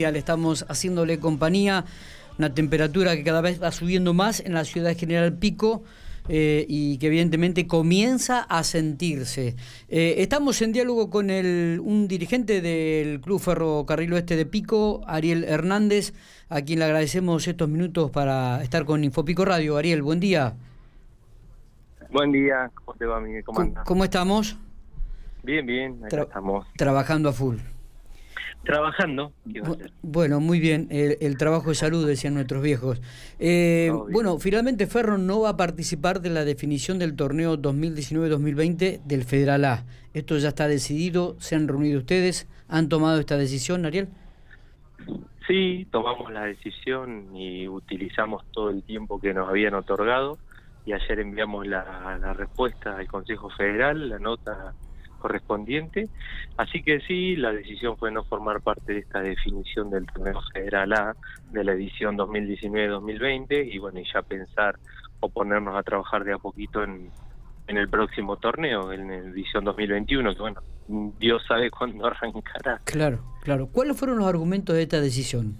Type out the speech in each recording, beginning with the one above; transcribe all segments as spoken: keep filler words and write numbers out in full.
Le estamos haciéndole compañía, una temperatura que cada vez va subiendo más en la ciudad de General Pico eh, y que evidentemente comienza a sentirse. Eh, estamos en diálogo con el, un dirigente del Club Ferrocarril Oeste de Pico, Ariel Hernández, a quien le agradecemos estos minutos para estar con Infopico Radio. Ariel, buen día. Buen día, ¿cómo te va, Miguel? ¿Cómo andas? ¿Cómo estamos? Bien, bien, acá Tra estamos. Trabajando a full. Trabajando, ¿qué va a hacer? Bueno, muy bien, el, el trabajo de salud, decían nuestros viejos. Eh, bueno, finalmente Ferro no va a participar de la definición del torneo dos mil diecinueve dos mil veinte del Federal A. Esto ya está decidido, se han reunido ustedes, ¿han tomado esta decisión, Ariel? Sí, tomamos la decisión y utilizamos todo el tiempo que nos habían otorgado y ayer enviamos la, la respuesta al Consejo Federal, la nota correspondiente, así que sí, la decisión fue no formar parte de esta definición del torneo Federal A de la edición dos mil diecinueve dos mil veinte y bueno, y ya pensar o ponernos a trabajar de a poquito en, en el próximo torneo, en la edición dos mil veintiuno, que bueno, Dios sabe cuándo arrancará. Claro, claro. ¿Cuáles fueron los argumentos de esta decisión?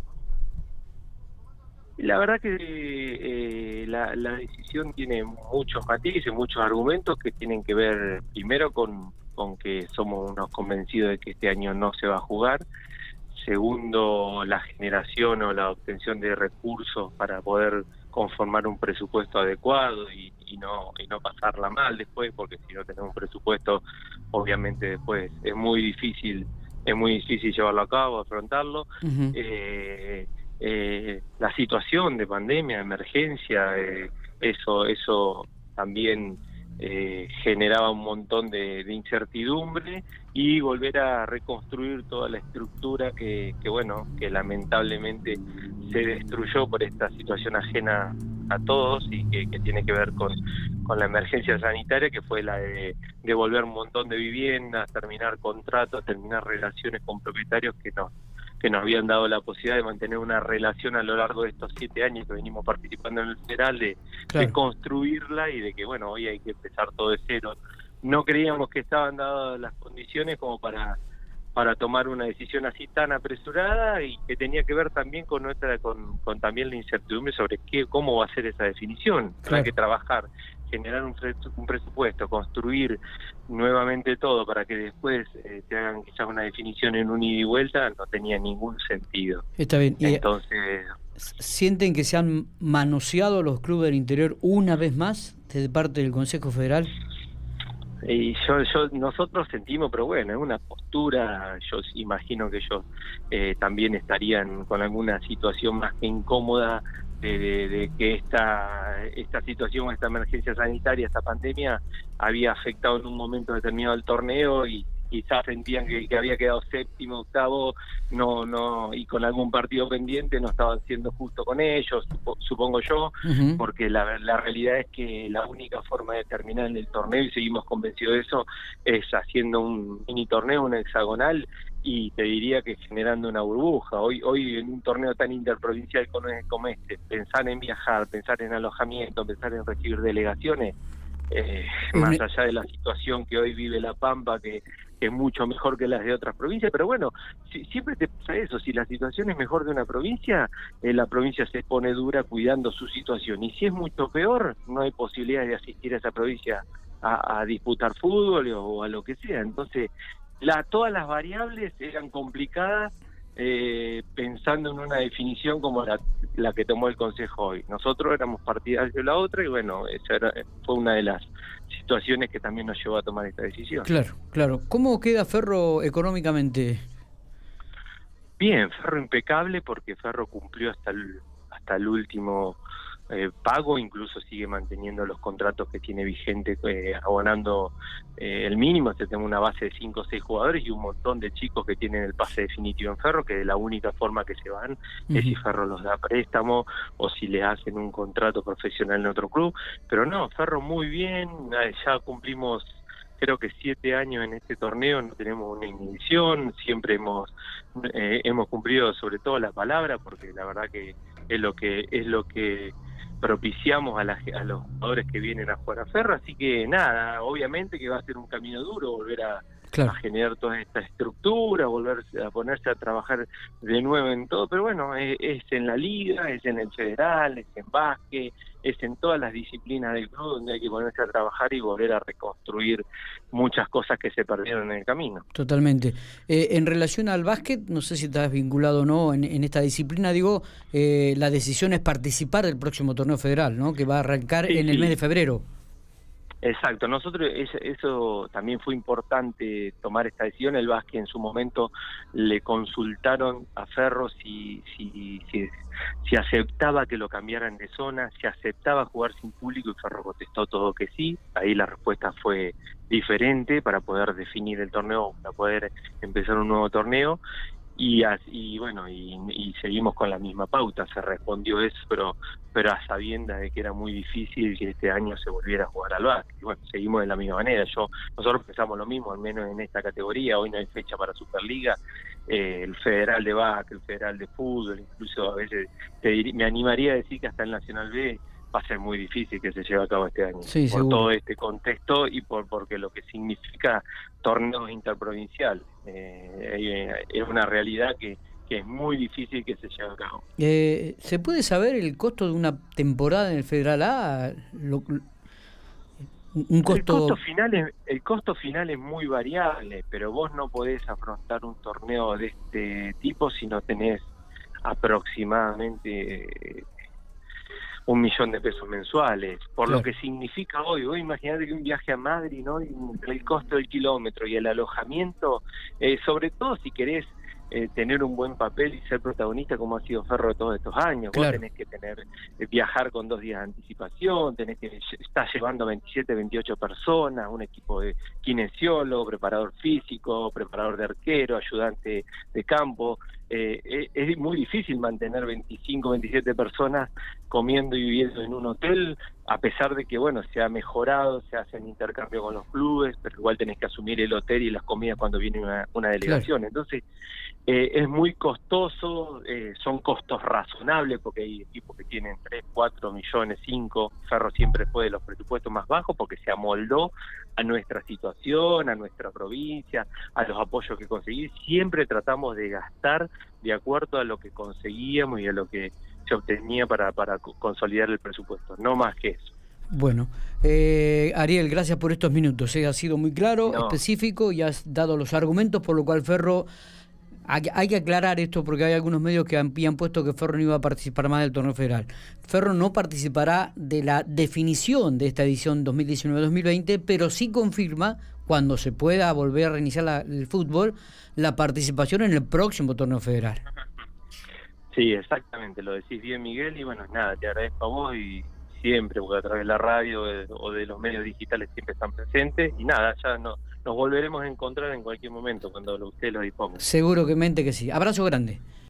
La verdad que eh, la, la decisión tiene muchos matices, muchos argumentos que tienen que ver primero con, con que somos unos convencidos de que este año no se va a jugar. Segundo, la generación o la obtención de recursos para poder conformar un presupuesto adecuado y, y no y no pasarla mal después, porque si no tenemos un presupuesto, obviamente después es muy difícil, es muy difícil llevarlo a cabo, afrontarlo. Uh-huh. eh, Eh, la situación de pandemia, de emergencia, eh, eso eso también eh, generaba un montón de, de incertidumbre y volver a reconstruir toda la estructura que, que bueno, que lamentablemente se destruyó por esta situación ajena a todos y que, que tiene que ver con, con la emergencia sanitaria, que fue la de devolver un montón de viviendas, terminar contratos, terminar relaciones con propietarios que nos que nos habían dado la posibilidad de mantener una relación a lo largo de estos siete años que venimos participando en el Federal, de, claro. de construirla y de que, bueno, hoy hay que empezar todo de cero. No creíamos que estaban dadas las condiciones como para para tomar una decisión así tan apresurada y que tenía que ver también con nuestra con, con también la incertidumbre sobre qué cómo va a ser esa definición. Claro. Hay que trabajar, generar un, un presupuesto, construir nuevamente todo para que después eh, te hagan quizás una definición en un ida y vuelta, no tenía ningún sentido. Está bien. Y entonces, ¿sienten que se han manoseado los clubes del interior una vez más desde parte del Consejo Federal? Y yo, yo, nosotros sentimos, pero bueno, es una postura, yo imagino que ellos eh, también estarían con alguna situación más que incómoda de, de, de que esta, esta situación, esta emergencia sanitaria, esta pandemia había afectado en un momento determinado el torneo y quizás sentían que, que había quedado séptimo, octavo, no, no, y con algún partido pendiente no estaban siendo justo con ellos, supongo yo, uh-huh. porque la, la realidad es que la única forma de terminar en el torneo, y seguimos convencidos de eso, es haciendo un mini torneo, un hexagonal, y te diría que generando una burbuja. Hoy, hoy en un torneo tan interprovincial como, como este, pensar en viajar, pensar en alojamiento, pensar en recibir delegaciones, Eh, más allá de la situación que hoy vive La Pampa, que, que es mucho mejor que las de otras provincias, pero bueno, si, siempre te pasa eso, si la situación es mejor de una provincia, eh, la provincia se pone dura cuidando su situación, y si es mucho peor, no hay posibilidad de asistir a esa provincia a, a disputar fútbol o a lo que sea. Entonces, la, todas las variables eran complicadas, Eh, pensando en una definición como la, la que tomó el Consejo hoy. Nosotros éramos partidarios de la otra y bueno, esa era, fue una de las situaciones que también nos llevó a tomar esta decisión. Claro, claro. ¿Cómo queda Ferro económicamente? Bien, Ferro impecable porque Ferro cumplió hasta el, hasta el último eh, pago, incluso sigue manteniendo los contratos que tiene vigente, eh, abonando eh, el mínimo. Se tiene una base de cinco o seis jugadores y un montón de chicos que tienen el pase definitivo en Ferro, que la única forma que se van uh-huh. es si Ferro los da préstamo o si le hacen un contrato profesional en otro club. Pero no, Ferro muy bien, ya cumplimos creo que siete años en este torneo, no tenemos una inhibición, siempre hemos eh, hemos cumplido sobre todo la palabra, porque la verdad que es lo que es lo que propiciamos a, la, a los jugadores que vienen a jugar a Ferro, así que nada, obviamente que va a ser un camino duro volver a, claro. a generar toda esta estructura, volver a ponerse a trabajar de nuevo en todo, pero bueno, es, es en la liga, es en el federal, es en básquet, es en todas las disciplinas del club donde hay que ponerse a trabajar y volver a reconstruir muchas cosas que se perdieron en el camino. Totalmente. Eh, en relación al básquet, no sé si estás vinculado o no en, en esta disciplina, digo, eh, la decisión es participar del próximo torneo federal, ¿no? Que va a arrancar Sí, en el sí. mes de febrero. Exacto, nosotros eso, eso también fue importante tomar esta decisión. El básquet en su momento le consultaron a Ferro si, si, si, si aceptaba que lo cambiaran de zona, si aceptaba jugar sin público, y Ferro contestó todo que sí. Ahí la respuesta fue diferente para poder definir el torneo, para poder empezar un nuevo torneo. Y, y bueno, y, y seguimos con la misma pauta, se respondió eso, pero pero a sabiendas de que era muy difícil que este año se volviera a jugar al básquet. Y bueno, seguimos de la misma manera. Yo Nosotros pensamos lo mismo, al menos en esta categoría. Hoy no hay fecha para Superliga, eh, el federal de básquet, el federal de fútbol, incluso a veces te dir, me animaría a decir que hasta el Nacional B va a ser muy difícil que se lleve a cabo este año, sí, por seguro. todo este contexto y por porque lo que significa torneos interprovinciales. Eh, es una realidad que, que es muy difícil que se lleve a cabo. Eh, ¿Se puede saber el costo de una temporada en el Federal A? Lo, un costo... El costo final es, el costo final es muy variable, pero vos no podés afrontar un torneo de este tipo si no tenés aproximadamente un millón de pesos mensuales, por claro. Lo que significa hoy. Vos imaginate que un viaje a Madrid, ¿no? Y el costo del kilómetro y el alojamiento, eh, sobre todo si querés eh, tener un buen papel y ser protagonista como ha sido Ferro todos estos años. Claro. Vos tenés que tener eh, viajar con dos días de anticipación, tenés que estar llevando veintisiete, veintiocho personas, un equipo de kinesiólogo, preparador físico, preparador de arquero, ayudante de campo. Eh, es muy difícil mantener veinticinco, veintisiete personas comiendo y viviendo en un hotel, a pesar de que, bueno, se ha mejorado, se hacen intercambio con los clubes, pero igual tenés que asumir el hotel y las comidas cuando viene una, una delegación. Claro. Entonces, eh, es muy costoso, eh, son costos razonables, porque hay equipos que tienen tres, cuatro millones, cinco. Ferro siempre fue de los presupuestos más bajos porque se amoldó a nuestra situación, a nuestra provincia, a los apoyos que conseguí. Siempre tratamos de gastar de acuerdo a lo que conseguíamos y a lo que se obtenía para, para consolidar el presupuesto, no más que eso. Bueno, eh, Ariel, gracias por estos minutos, eh, ha sido muy claro, no. específico y has dado los argumentos, por lo cual Ferro, hay, hay que aclarar esto porque hay algunos medios que han, han puesto que Ferro no iba a participar más del torneo federal. Ferro no participará de la definición de esta edición dos mil diecinueve dos mil veinte, pero sí confirma, cuando se pueda volver a reiniciar la, el fútbol, la participación en el próximo torneo federal. Sí, exactamente, lo decís bien, Miguel, y bueno, nada, te agradezco a vos y siempre, porque a través de la radio o de los medios digitales siempre están presentes, y nada, ya no, nos volveremos a encontrar en cualquier momento cuando usted lo disponga. Seguro que mente que sí. Abrazo grande.